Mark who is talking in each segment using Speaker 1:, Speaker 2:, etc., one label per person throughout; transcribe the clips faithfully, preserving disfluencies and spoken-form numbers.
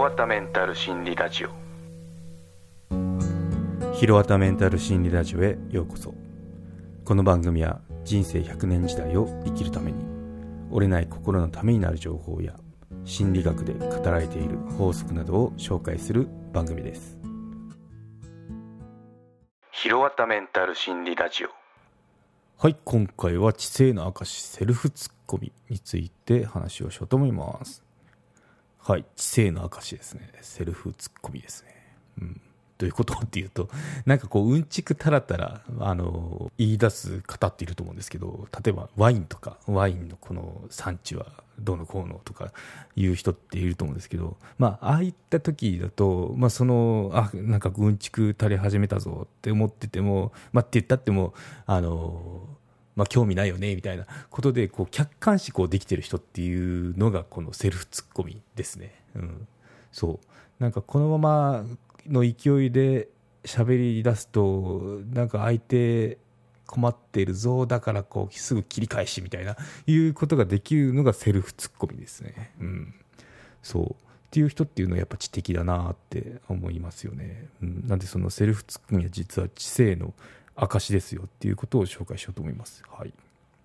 Speaker 1: わたメンタル心理ラジオ。
Speaker 2: ひろわたメンタル心理ラジオへようこそ。この番組は人生ひゃくねん時代を生きるために折れない心のためになる情報や心理学で語られている法則などを紹介する番組です。
Speaker 1: ひろわたメンタル心理ラジオ。
Speaker 2: はい、今回は知性の証セルフツッコミについて話をしようと思います。はい、知性の証ですね。セルフツッコミですね。うん、どういうことっていうと、なんかこううんちくたらたらあの言い出す方っていると思うんですけど、例えばワインとかワインのこの産地はどうのこうのとかいう人っていると思うんですけど、まあああいった時だと、まあそのあなんかうんちく垂れ始めたぞって思ってても、まあって言ったってもあのまあ、興味ないよねみたいなことでこう客観視こうできてる人っていうのがこのセルフツッコミですね。うん、そうなんかこのままの勢いで喋り出すとなんか相手困っているぞだからこうすぐ切り返しみたいないうことができるのがセルフツッコミですね。うん、そうっていう人っていうのはやっぱ知的だなって思いますよね。うん、なんでそのセルフツッコミは実は知性の証ですよっていうことを紹介しようと思います。はい、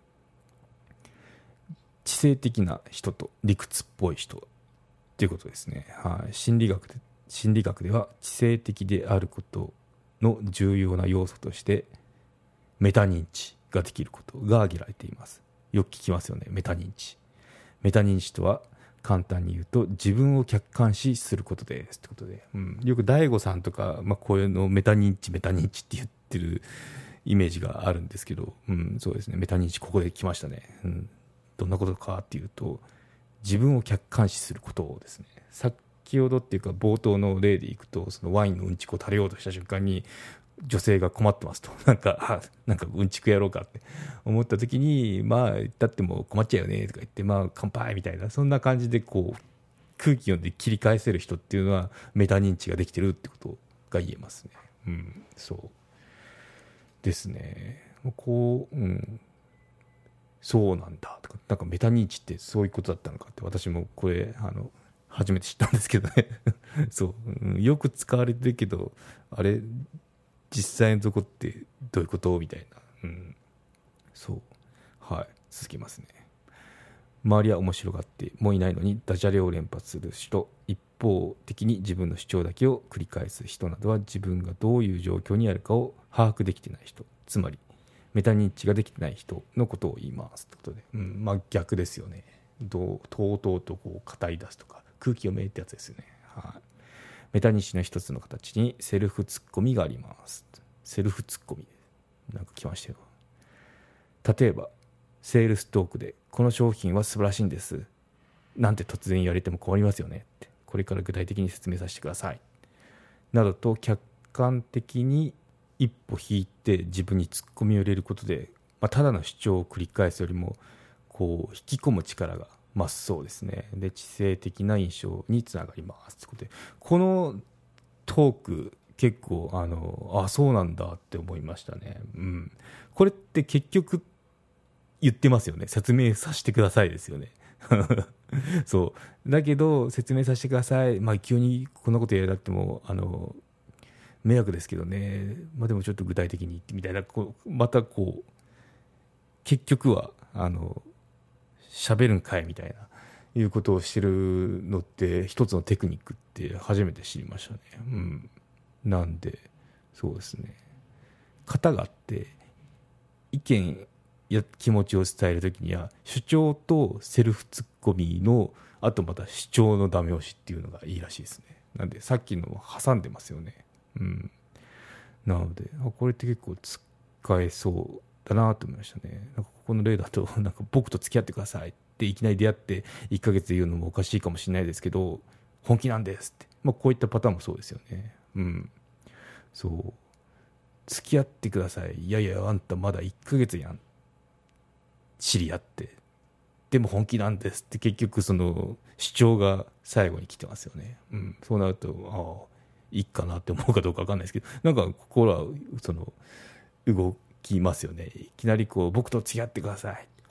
Speaker 2: 知性的な人と理屈っぽい人っていうことですね。はい、心理学で心理学では知性的であることの重要な要素としてメタ認知ができることが挙げられています。よく聞きますよね、メタ認知。メタ認知とは簡単に言うと自分を客観視することですってことで、うん、よく大悟さんとか、まあ、こういうのメタ認知メタ認知って言ってるイメージがあるんですけど、うん、そうですね、メタ認知ここで来ましたね。うん、どんなことかっていうと自分を客観視することですね。先ほどっていうか冒頭の例でいくと、そのワインのうんちくを垂れようとした瞬間に女性が困ってますと、なんかあなんかうんちくやろうかって思った時に、まあだってもう困っちゃうよねとか言って、まあ乾杯みたいな、そんな感じでこう空気読んで切り返せる人っていうのはメタ認知ができてるってことが言えますね。うん、そうですね。こう、うん、そうなんだとか、なんかメタ認知ってそういうことだったのかって、私もこれあの初めて知ったんですけどねそう、うん、よく使われてるけど、あれ実際のとこってどういうことみたいな、うん、そう、はい、続きますね。周りは面白がってもういないのにダジャレを連発する人、一方的に自分の主張だけを繰り返す人などは自分がどういう状況にあるかを把握できてない人、つまりメタ認知ができてない人のことを言いますということで、うん、まあ逆ですよね。どうとうとうとこう語り出すとか空気読めってやつですよね。はい、メタ認知の一つの形にセルフツッコミがあります。セルフツッコミなんか来ましたよ。例えばセールストークでこの商品は素晴らしいんですなんて突然言われても困りますよねって、これから具体的に説明させてくださいなどと客観的に一歩引いて自分にツッコミを入れることで、まあ、ただの主張を繰り返すよりもこう引き込む力が増すそうですね。で知性的な印象につながりますということで、このトーク結構あのあそうなんだって思いましたね。うん、これって結局言ってますよね。説明させてくださいですよねそうだけど説明させてください、まあ急にこんなことやられてもあの迷惑ですけどね、まあ、でもちょっと具体的に言ってみたいな、こうまたこう結局はあの喋るんかいみたいないうことをしてるのって一つのテクニックって初めて知りましたね。うん、なんでそうですね、型があって意見や気持ちを伝えるときには主張とセルフツッコミのあとまた主張のダメ押しっていうのがいいらしいですね。なんでさっきのを挟んでますよね。うん、なのでこれって結構使えそうだなと思いましたね。なんかここの例だとなんか僕と付き合ってくださいっていきなり出会っていっかげつで言うのもおかしいかもしれないですけど、本気なんですって、まあ、こういったパターンもそうですよね。うん、そう付き合ってください、いやいやあんたまだいっかげつやん、知り合ってでも本気なんですって、結局その主張が最後に来てますよね。うん、そうなるとああいいかなって思うかどうか分かんないですけど、なんか心はその動きますよね。いきなりこう僕と付き合ってください、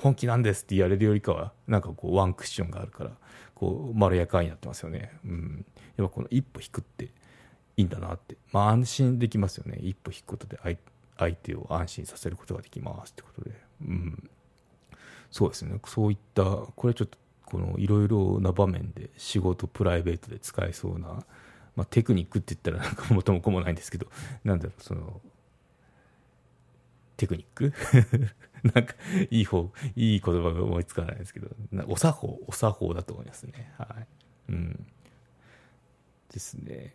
Speaker 2: 本気なんですって言われるよりかはなんかこうワンクッションがあるからこうまろやかになってますよね。うん、やっぱこの一歩引くっていいんだなって、まあ安心できますよね。一歩引くことで相相手を安心させることができますってことで、うん、そうですね。そういったこれちょっとこのいろいろな場面で仕事プライベートで使えそうな、まあ、テクニックって言ったらなんか元も子もないんですけど、なんだろうそのテクニックなんかいい方いい言葉が思いつかないですけど、お作法お作法だと思いますね。はい、うん、ですね。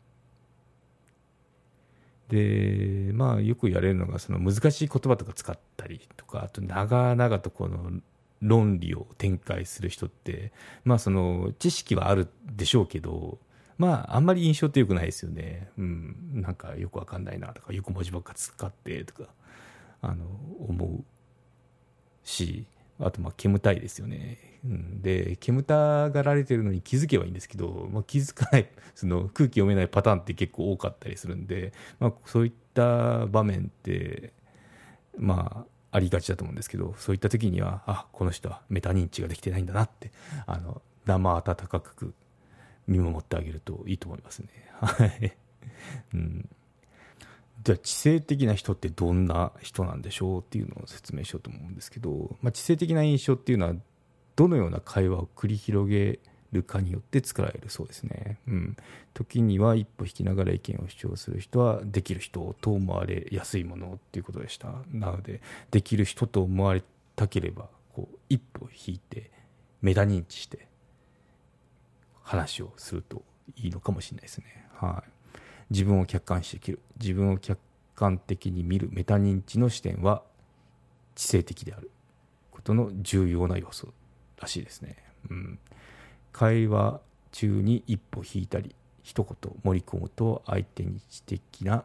Speaker 2: でまあよくやれるのがその難しい言葉とか使ったりとか、あと長々とこの論理を展開する人ってまあその知識はあるでしょうけど、まああんまり印象って良くないですよね。うん、なんかよくわかんないなとかよく文字ばっか使ってとかあの思うし、あとまあ煙たいですよね。うん、で煙たがられてるのに気づけばいいんですけど、まあ、気づかないその空気読めないパターンって結構多かったりするんで、まあ、そういった場面ってまあありがちだと思うんですけど、そういった時にはあこの人はメタ認知ができてないんだなってあの生温かく見守ってあげるといいと思いますね。はい、うん、じゃあ知性的な人ってどんな人なんでしょうっていうのを説明しようと思うんですけど、まあ、知性的な印象っていうのはどのような会話を繰り広げるかによって作られるそうですね。うん、時には一歩引きながら意見を主張する人はできる人と思われやすいものっていうことでした。なのでできる人と思われたければこう一歩引いてメタ認知して話をするといいのかもしれないですね。はい、自分を客観視できる、自分を客観的に見るメタ認知の視点は知性的であることの重要な要素らしいですね。うん、会話中に一歩引いたり一言盛り込むと相手に知的な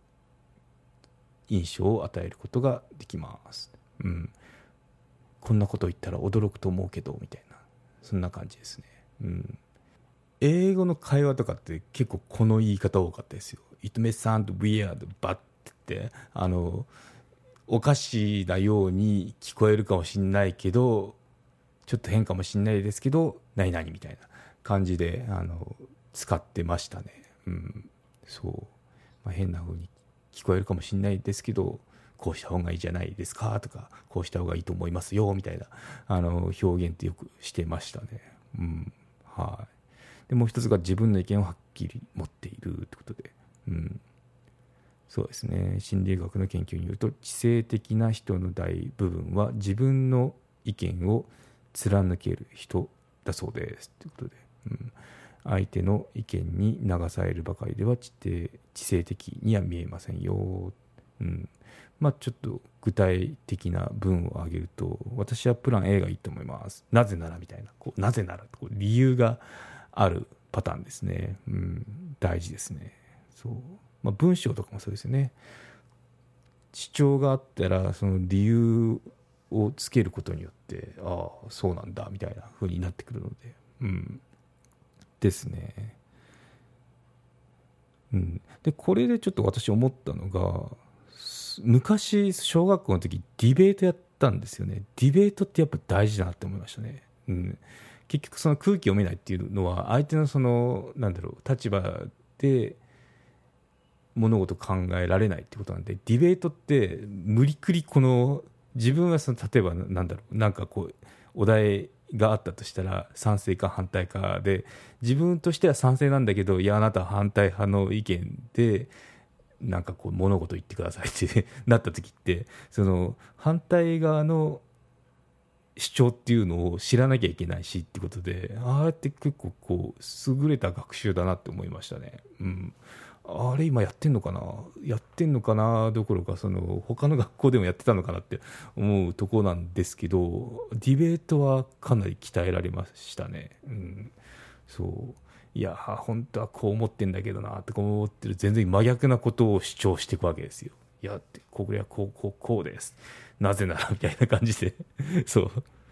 Speaker 2: 印象を与えることができます。うん、こんなこと言ったら驚くと思うけどみたいな、そんな感じですね。うん、英語の会話とかって結構この言い方多かったですよ。It may sound weird, but ってあのおかしなように聞こえるかもしれないけどちょっと変かもしれないですけど何々みたいな感じであの使ってましたね。うん、そう、まあ、変な風に聞こえるかもしれないですけどこうした方がいいじゃないですかとかこうした方がいいと思いますよみたいなあの表現ってよくしてましたね。うん、はい。でもう一つが自分の意見をはっきり持っているってことで、うん、そうですね。心理学の研究によると知性的な人の大部分は自分の意見を貫ける人だそうですということで、うん、相手の意見に流されるばかりでは知的、知性的には見えませんよ。うん、まあちょっと具体的な文を挙げると私はプラン A がいいと思います。なぜならみたいなこうなぜならこう理由があるパターンですね。うん、大事ですね。そう、まあ、文章とかもそうですよね。主張があったらその理由をつけることによってああそうなんだみたいな風になってくるので、うん、ですね。うん、でこれでちょっと私思ったのが昔小学校の時ディベートやったんですよね。ディベートってやっぱ大事だなって思いましたね。うん、結局その空気読めないっていうのは相手のそのなんだろう立場で物事考えられないってことなんで、ディベートって無理くりこの自分はその例えばなんだろうなんかこうお題があったとしたら賛成か反対かで自分としては賛成なんだけどいやあなたは反対派の意見でなんかこう物事言ってくださいってなった時ってその反対側の主張っていうのを知らなきゃいけないしってことでああやって結構こう優れた学習だなって思いましたね。うん、あれ今やってんのかなやってんのかなどころかその他の学校でもやってたのかなって思うところなんですけどディベートはかなり鍛えられましたね。うん、そういや本当はこう思ってんだけどなってこう思ってる全然真逆なことを主張していくわけですよ。いやこれはこうこうこうですなぜならみたいな感じでそう、う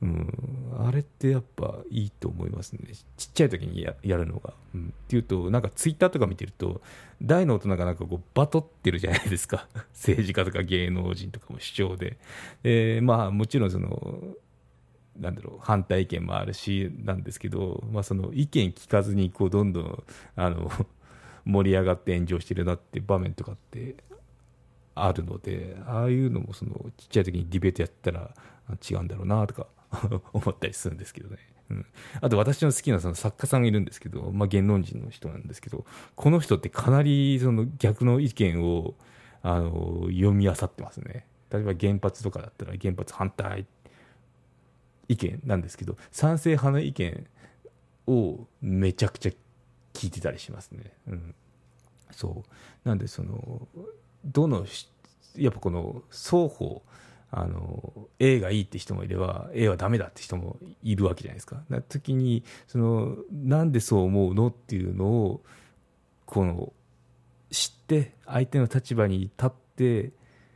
Speaker 2: うん、あれってやっぱいいと思いますね。ちっちゃい時に や, やるのが、うん、っていうとなんかツイッターとか見てると大の大人がなんかこうバトってるじゃないですか政治家とか芸能人とかも主張で、えー、まあもちろんそのなんだろう反対意見もあるしなんですけど、まあ、その意見聞かずにこうどんどんあの盛り上がって炎上してるなって場面とかってあるので、ああいうのもそのちっちゃい時にディベートやったら違うんだろうなとか思ったりするんですけどね、うん、あと私の好きなその作家さんがいるんですけど、まあ、言論人の人なんですけど、この人ってかなりその逆の意見をあの読み漁ってますね。例えば原発とかだったら原発反対意見なんですけど、賛成派の意見をめちゃくちゃ聞いてたりしますね、うん、そうなんでそのどのやっぱこの双方あの A がいいって人もいれば A はダメだって人もいるわけじゃないですか。な時にそのなんでそう思うのっていうのをこの知って相手の立場に立って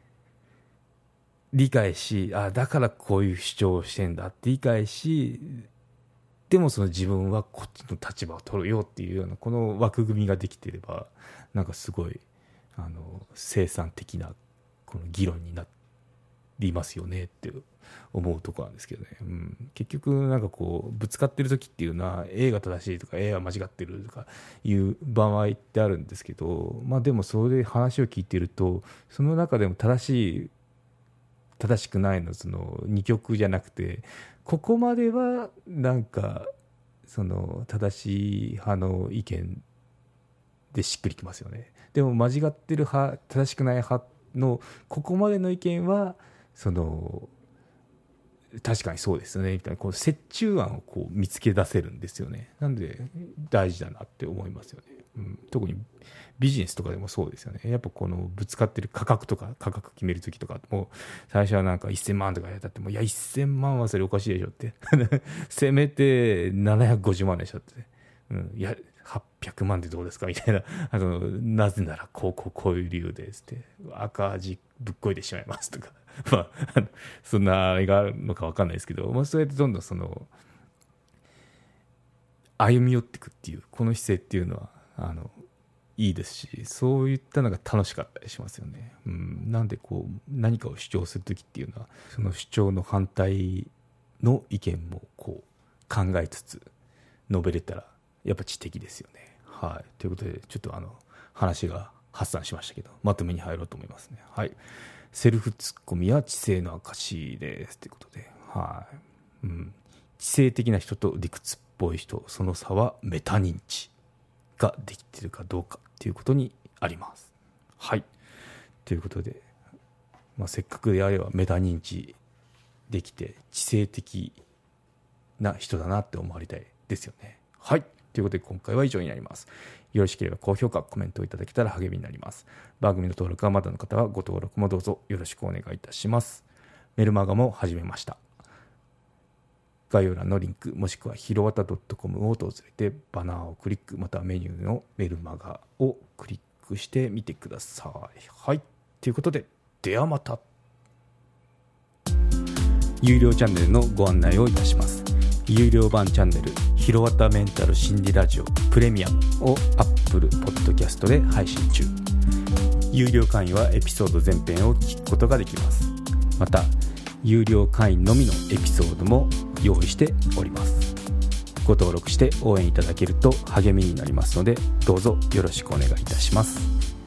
Speaker 2: 理解し、あだからこういう主張をしてんだって理解し、でもその自分はこっちの立場を取るよっていうようなこの枠組みができていればなんかすごいあの生産的なこの議論になりますよねって思うところなんですけどね、うん、結局なんかこうぶつかってる時っていうのは A が正しいとか A は間違ってるとかいう場合ってあるんですけど、まあでもそれで話を聞いてるとその中でも正しい正しくないのその二極じゃなくて、ここまではなんかその正しい派の意見でしっくりきますよね。でも間違ってる派正しくない派のここまでの意見はその確かにそうですねみたいなこう折衷案をこう見つけ出せるんですよね。なんで大事だなって思いますよね、うん、特にビジネスとかでもそうですよね。やっぱこのぶつかってる価格とか価格決めるときとかも最初はなんかせんまんとかやったってもいやせんまんはそれおかしいでしょってせめてななひゃくごじゅうまんでしょって、うん、いやはっぴゃくまんでどうですかみたいな、あのなぜならこうこうこういう理由ですって赤字ぶっこいてしまいますとかまあそんなあれがあるのか分かんないですけど、まあ、そうやってどんどんその歩み寄っていくっていうこの姿勢っていうのはあのいいですし、そういったのが楽しかったりしますよね、うん、なんでこう何かを主張するときっていうのはその主張の反対の意見もこう考えつつ述べれたらやっぱ知的ですよね。はい、ということでちょっとあの話が発散しましたけどまとめに入ろうと思いますね。はい、セルフツッコミは知性の証ですということで、はい、うん、知性的な人と理屈っぽい人、その差はメタ認知ができているかどうかということにあります。はい、ということで、まあ、せっかくであればメタ認知できて知性的な人だなって思われたいですよね。はい、ということで今回は以上になります。よろしければ高評価コメントをいただけたら励みになります。番組の登録はまだの方はご登録もどうぞよろしくお願いいたします。メルマガも始めました。概要欄のリンクもしくはひろわた .com を訪れてバナーをクリックまたはメニューのメルマガをクリックしてみてください。はい、ということでではまた。有料チャンネルのご案内をいたします。有料版チャンネルひろわたメンタル心理ラジオプレミアムを Apple Podcast で配信中。有料会員はエピソード全編を聞くことができます。また有料会員のみのエピソードも用意しております。ご登録して応援いただけると励みになりますのでどうぞよろしくお願いいたします。